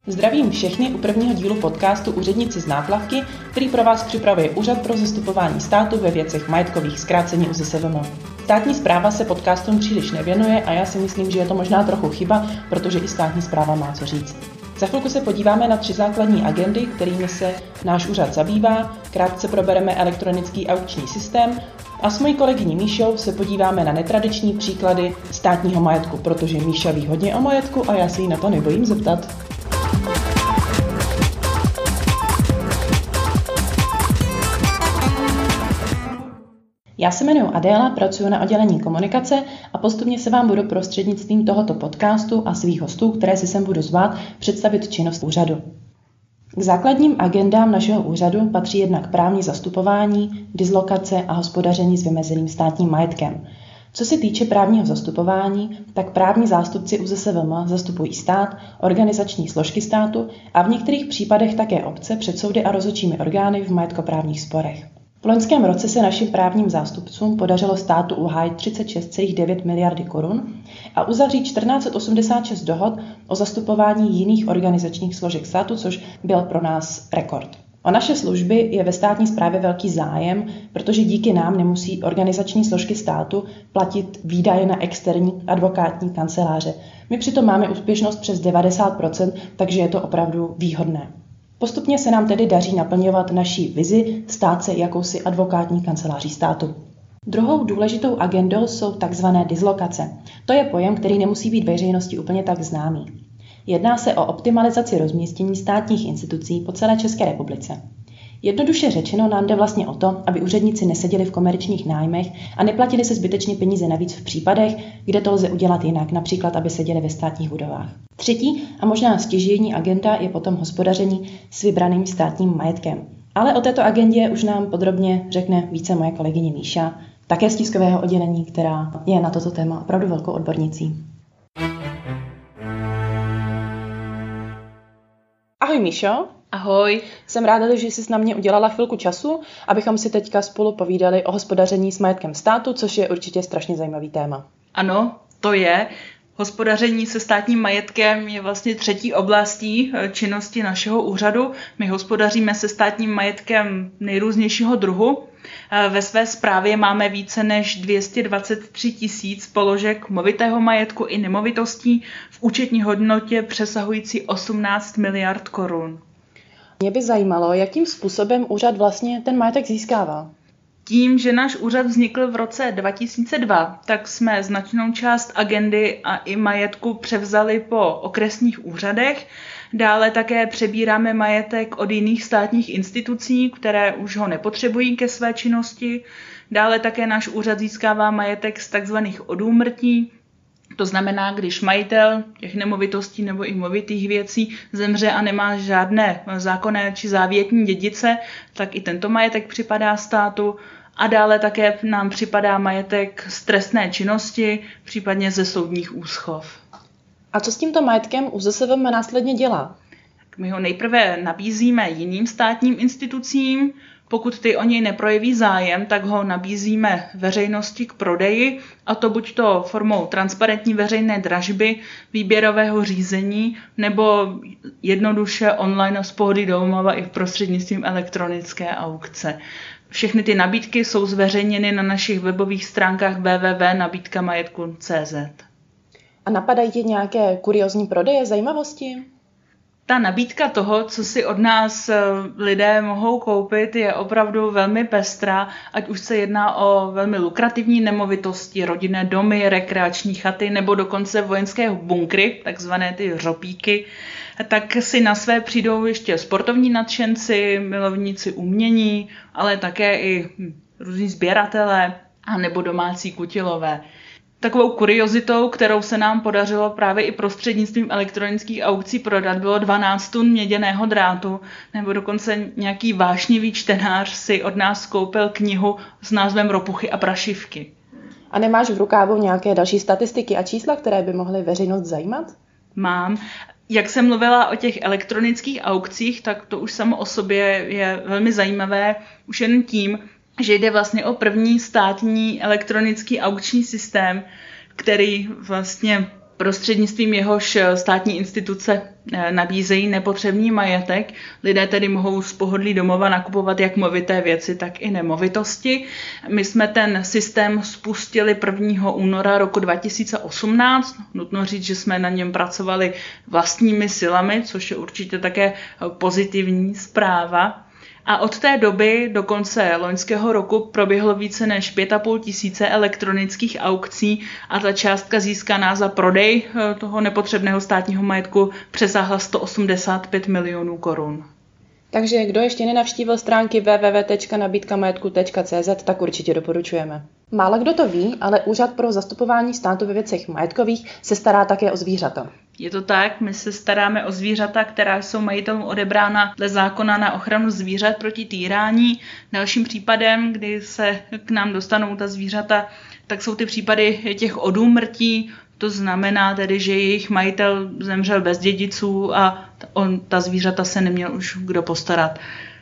Zdravím všechny u prvního dílu podcastu Úředníci z náplavky, který pro vás připravuje Úřad pro zastupování státu ve věcech majetkových, zkráceně ÚZSVM. Státní správa se podcastům příliš nevěnuje a já si myslím, že je to možná trochu chyba, protože i státní správa má co říct. Za chvilku se podíváme na 3 základní agendy, kterými se náš úřad zabývá, krátce probereme elektronický aukční systém a s mojí kolegyní Míšou se podíváme na netradiční příklady státního majetku, protože Míša ví hodně o majetku a já se jí na to nebojím zeptat. Já se jmenuji Adéla, pracuji na oddělení komunikace a postupně se vám budu prostřednictvím tohoto podcastu a svých hostů, které si sem budu zvát, představit činnost úřadu. K základním agendám našeho úřadu patří jednak právní zastupování, dislokace a hospodaření s vymezeným státním majetkem. Co se týče právního zastupování, tak právní zástupci ÚZSVM zastupují stát, organizační složky státu a v některých případech také obce před soudy a rozhodčími orgány v majetkoprávních sporech. V loňském roce se našim právním zástupcům podařilo státu uhájit 36,9 miliardy korun a uzavřít 1486 dohod o zastupování jiných organizačních složek státu, což byl pro nás rekord. O naše služby je ve státní správě velký zájem, protože díky nám nemusí organizační složky státu platit výdaje na externí advokátní kanceláře. My přitom máme úspěšnost přes 90%, takže je to opravdu výhodné. Postupně se nám tedy daří naplňovat naší vizi stát se jakousi advokátní kanceláří státu. Druhou důležitou agendou jsou tzv. Dislokace. To je pojem, který nemusí být veřejnosti úplně tak známý. Jedná se o optimalizaci rozmístění státních institucí po celé České republice. Jednoduše řečeno nám jde vlastně o to, aby úředníci neseděli v komerčních nájmech a neplatili se zbytečně peníze navíc v případech, kde to lze udělat jinak, například aby seděli ve státních budovách. Třetí a možná stěžejní agenda je potom hospodaření s vybraným státním majetkem. Ale o této agendě už nám podrobně řekne více moje kolegyně Míša, také z tiskového oddělení, která je na toto téma opravdu velkou odbornicí. Ahoj Míšo. Ahoj. Jsem ráda, že jsi na mě udělala chvilku času, abychom si teďka spolu povídali o hospodaření s majetkem státu, což je určitě strašně zajímavý téma. Ano, to je. Hospodaření se státním majetkem je vlastně třetí oblastí činnosti našeho úřadu. My hospodaříme se státním majetkem nejrůznějšího druhu. Ve své správě máme více než 223 000 položek movitého majetku i nemovitostí v účetní hodnotě přesahující 18 miliard korun. Mě by zajímalo, jakým způsobem úřad vlastně ten majetek získává. Tím, že náš úřad vznikl v roce 2002, tak jsme značnou část agendy a i majetku převzali po okresních úřadech. Dále také přebíráme majetek od jiných státních institucí, které už ho nepotřebují ke své činnosti. Dále také náš úřad získává majetek z takzvaných odúmrtí. To znamená, když majitel těch nemovitostí nebo i movitých věcí zemře a nemá žádné zákonné či závětní dědice, tak i tento majetek připadá státu. A dále také nám připadá majetek z trestné činnosti, případně ze soudních úschov. A co s tímto majetkem ÚZSVM následně dělá? My ho nejprve nabízíme jiným státním institucím. Pokud ty o něj neprojeví zájem, tak ho nabízíme veřejnosti k prodeji, a to buď to formou transparentní veřejné dražby, výběrového řízení, nebo jednoduše online z pohody domova i v prostřednictvím elektronické aukce. Všechny ty nabídky jsou zveřejněny na našich webových stránkách www.nabídkamajetku.cz. A napadají ti nějaké kuriózní prodeje, zajímavosti? Ta nabídka toho, co si od nás lidé mohou koupit, je opravdu velmi pestrá, ať už se jedná o velmi lukrativní nemovitosti, rodinné domy, rekreační chaty nebo dokonce vojenské bunkry, takzvané ty řopíky, tak si na své přijdou ještě sportovní nadšenci, milovníci umění, ale také i různí sběratelé a nebo domácí kutilové. Takovou kuriozitou, kterou se nám podařilo právě i prostřednictvím elektronických aukcí prodat, bylo 12 tun měděného drátu, nebo dokonce nějaký vášnivý čtenář si od nás koupil knihu s názvem Ropuchy a prašivky. A nemáš v rukávu nějaké další statistiky a čísla, které by mohly veřejnost zajímat? Mám. Jak jsem mluvila o těch elektronických aukcích, tak to už samo o sobě je velmi zajímavé, už jen tím, že jde vlastně o první státní elektronický aukční systém, který vlastně prostřednictvím jehož státní instituce nabízejí nepotřebný majetek. Lidé tedy mohou z pohodlí domova nakupovat jak movité věci, tak i nemovitosti. My jsme ten systém spustili 1. února roku 2018. Nutno říct, že jsme na něm pracovali vlastními silami, což je určitě také pozitivní zpráva. A od té doby do konce loňského roku proběhlo více než 5 500 elektronických aukcí a ta částka získaná za prodej toho nepotřebného státního majetku přesáhla 185 milionů korun. Takže kdo ještě nenavštívil stránky www.nabídkamajetku.cz, tak určitě doporučujeme. Málo kdo to ví, ale Úřad pro zastupování státu ve věcech majetkových se stará také o zvířata. Je to tak, my se staráme o zvířata, která jsou majitelům odebrána dle zákona na ochranu zvířat proti týrání. Dalším případem, kdy se k nám dostanou ta zvířata, tak jsou ty případy těch odúmrtí. To znamená tedy, že jejich majitel zemřel bez dědiců a ta zvířata se neměl už kdo postarat.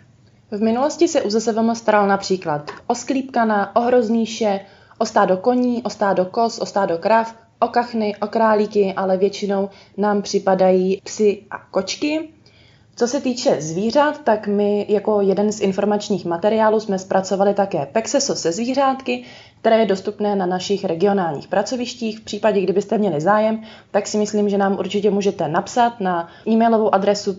V minulosti se ÚZSVM staral například o sklípkana, o hroznýše, o stádo koní, o stádo koz, o stádo krav, o kachny, o králíky, ale většinou nám připadají psy a kočky. Co se týče zvířat, tak my jako jeden z informačních materiálů jsme zpracovali také Pexeso se zvířátky, které je dostupné na našich regionálních pracovištích. V případě, kdybyste měli zájem, tak si myslím, že nám určitě můžete napsat na e-mailovou adresu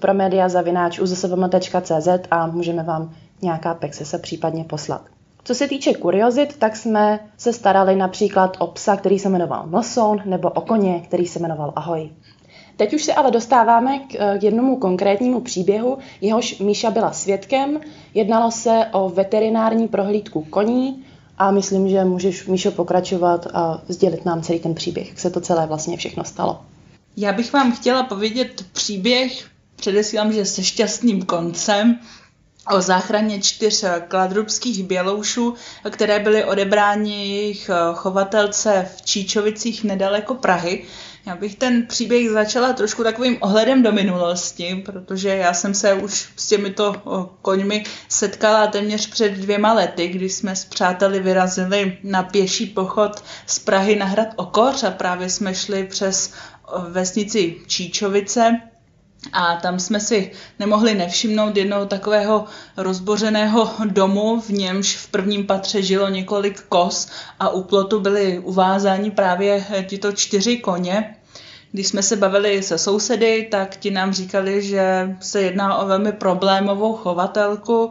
promedia@uzsvm.cz a můžeme vám nějaká Pexesa případně poslat. Co se týče kuriozit, tak jsme se starali například o psa, který se jmenoval Mlsoun, nebo o koně, který se jmenoval Ahoj. Teď už se ale dostáváme k jednomu konkrétnímu příběhu, jehož Míša byla svědkem. Jednalo se o veterinární prohlídku koní a myslím, že můžeš, Míšo, pokračovat a sdělit nám celý ten příběh, jak se to celé vlastně všechno stalo. Já bych vám chtěla povědět příběh, předesílám, že se šťastným koncem, o záchraně 4 kladrubských běloušů, které byly odebráni jejich chovatelce v Číčovicích nedaleko Prahy. Já bych ten příběh začala trošku takovým ohledem do minulosti, protože já jsem se už s těmito koňmi setkala téměř před 2 lety, kdy jsme s přáteli vyrazili na pěší pochod z Prahy na hrad Okoř a právě jsme šli přes vesnici Číčovice. A tam jsme si nemohli nevšimnout jednoho takového rozbořeného domu, v němž v prvním patře žilo několik koz a u plotu byli uvázáni právě tyto 4 koně. Když jsme se bavili se sousedy, tak ti nám říkali, že se jedná o velmi problémovou chovatelku,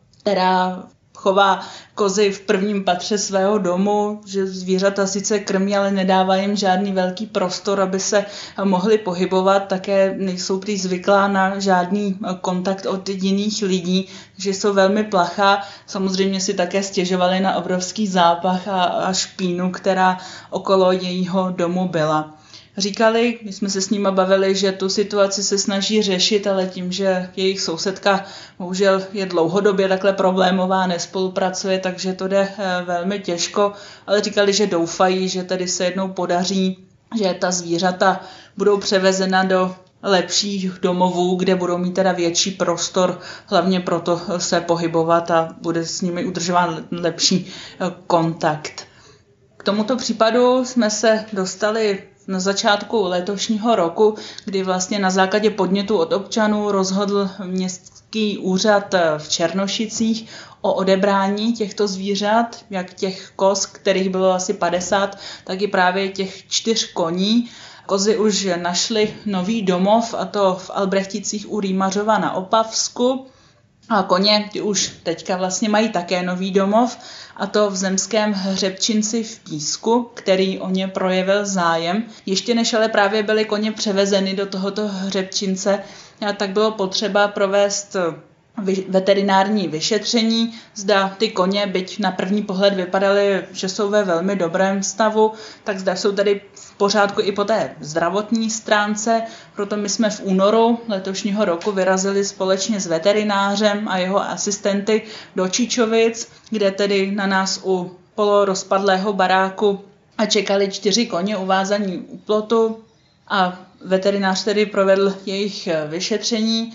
která chová kozy v prvním patře svého domu, že zvířata sice krmí, ale nedává jim žádný velký prostor, aby se mohli pohybovat, také nejsou prý zvyklá na žádný kontakt od jiných lidí, že jsou velmi plachá. Samozřejmě si také stěžovali na obrovský zápach a špínu, která okolo jejího domu byla. Říkali, my jsme se s nima bavili, že tu situaci se snaží řešit, ale tím, že jejich sousedka bohužel je dlouhodobě takhle problémová, nespolupracuje, takže to jde velmi těžko, ale říkali, že doufají, že tedy se jednou podaří, že ta zvířata budou převezena do lepších domovů, kde budou mít teda větší prostor, hlavně proto se pohybovat a bude s nimi udržován lepší kontakt. K tomuto případu jsme se dostali na začátku letošního roku, kdy vlastně na základě podnětu od občanů rozhodl městský úřad v Černošicích o odebrání těchto zvířat, jak těch koz, kterých bylo asi 50, tak i právě těch 4 koní. Kozy už našly nový domov, a to v Albrechticích u Rýmařova na Opavsku. A koně ty už teďka vlastně mají také nový domov, a to v zemském hřebčinci v Písku, který o ně projevil zájem. Ještě než ale právě byly koně převezeny do tohoto hřebčince, tak bylo potřeba provést veterinární vyšetření. Zda ty koně, byť na první pohled vypadaly, že jsou ve velmi dobrém stavu, tak zda jsou tady v pořádku i po té zdravotní stránce. Proto my jsme v únoru letošního roku vyrazili společně s veterinářem a jeho asistenty do Číčovic, kde tedy na nás u polorozpadlého baráku a čekali 4 koně uvázaní u plotu a veterinář tedy provedl jejich vyšetření.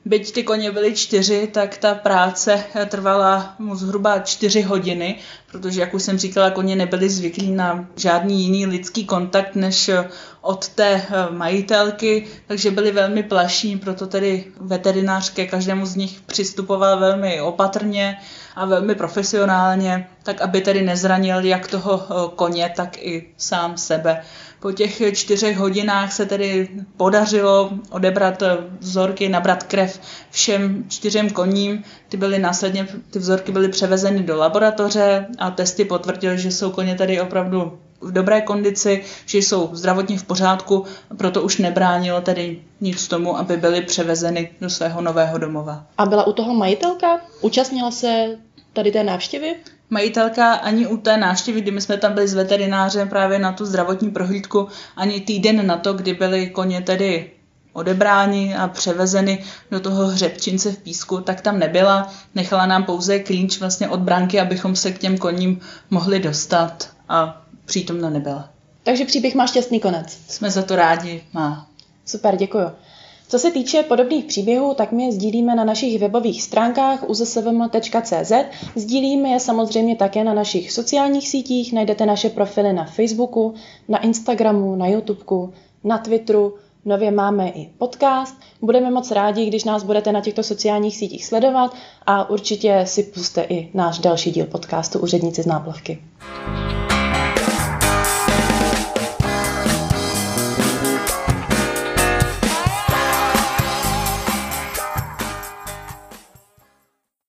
Byť ty koně byly 4, tak ta práce trvala mu zhruba 4 hodiny, protože, jak už jsem říkala, koně nebyli zvyklí na žádný jiný lidský kontakt než od té majitelky, takže byli velmi plašní, proto tedy veterinář ke každému z nich přistupoval velmi opatrně a velmi profesionálně, tak aby tedy nezranil jak toho koně, tak i sám sebe. Po těch 4 hodinách se tedy podařilo odebrat vzorky, nabrat krev všem 4 koním. Ty vzorky byly převezeny do laboratoře a testy potvrdily, že jsou koně tady opravdu v dobré kondici, že jsou zdravotně v pořádku, proto už nebránilo tedy nic tomu, aby byly převezeny do svého nového domova. A byla u toho majitelka? Účastnila se tady té návštěvy? Majitelka ani u té návštěvy, kdy my jsme tam byli s veterinářem právě na tu zdravotní prohlídku, ani týden na to, kdy byly koně tedy odebráni a převezeny do toho hřebčince v Písku, tak tam nebyla. Nechala nám pouze klíč vlastně od bránky, abychom se k těm koním mohli dostat a přítomna nebyla. Takže příběh má šťastný konec. Jsme za to rádi, má. Super, děkuju. Co se týče podobných příběhů, tak my je sdílíme na našich webových stránkách uzsvm.cz. Sdílíme je samozřejmě také na našich sociálních sítích, najdete naše profily na Facebooku, na Instagramu, na YouTubeku, na Twitteru, nově máme i podcast. Budeme moc rádi, když nás budete na těchto sociálních sítích sledovat a určitě si pusťte i náš další díl podcastu Úředníci z náplavky.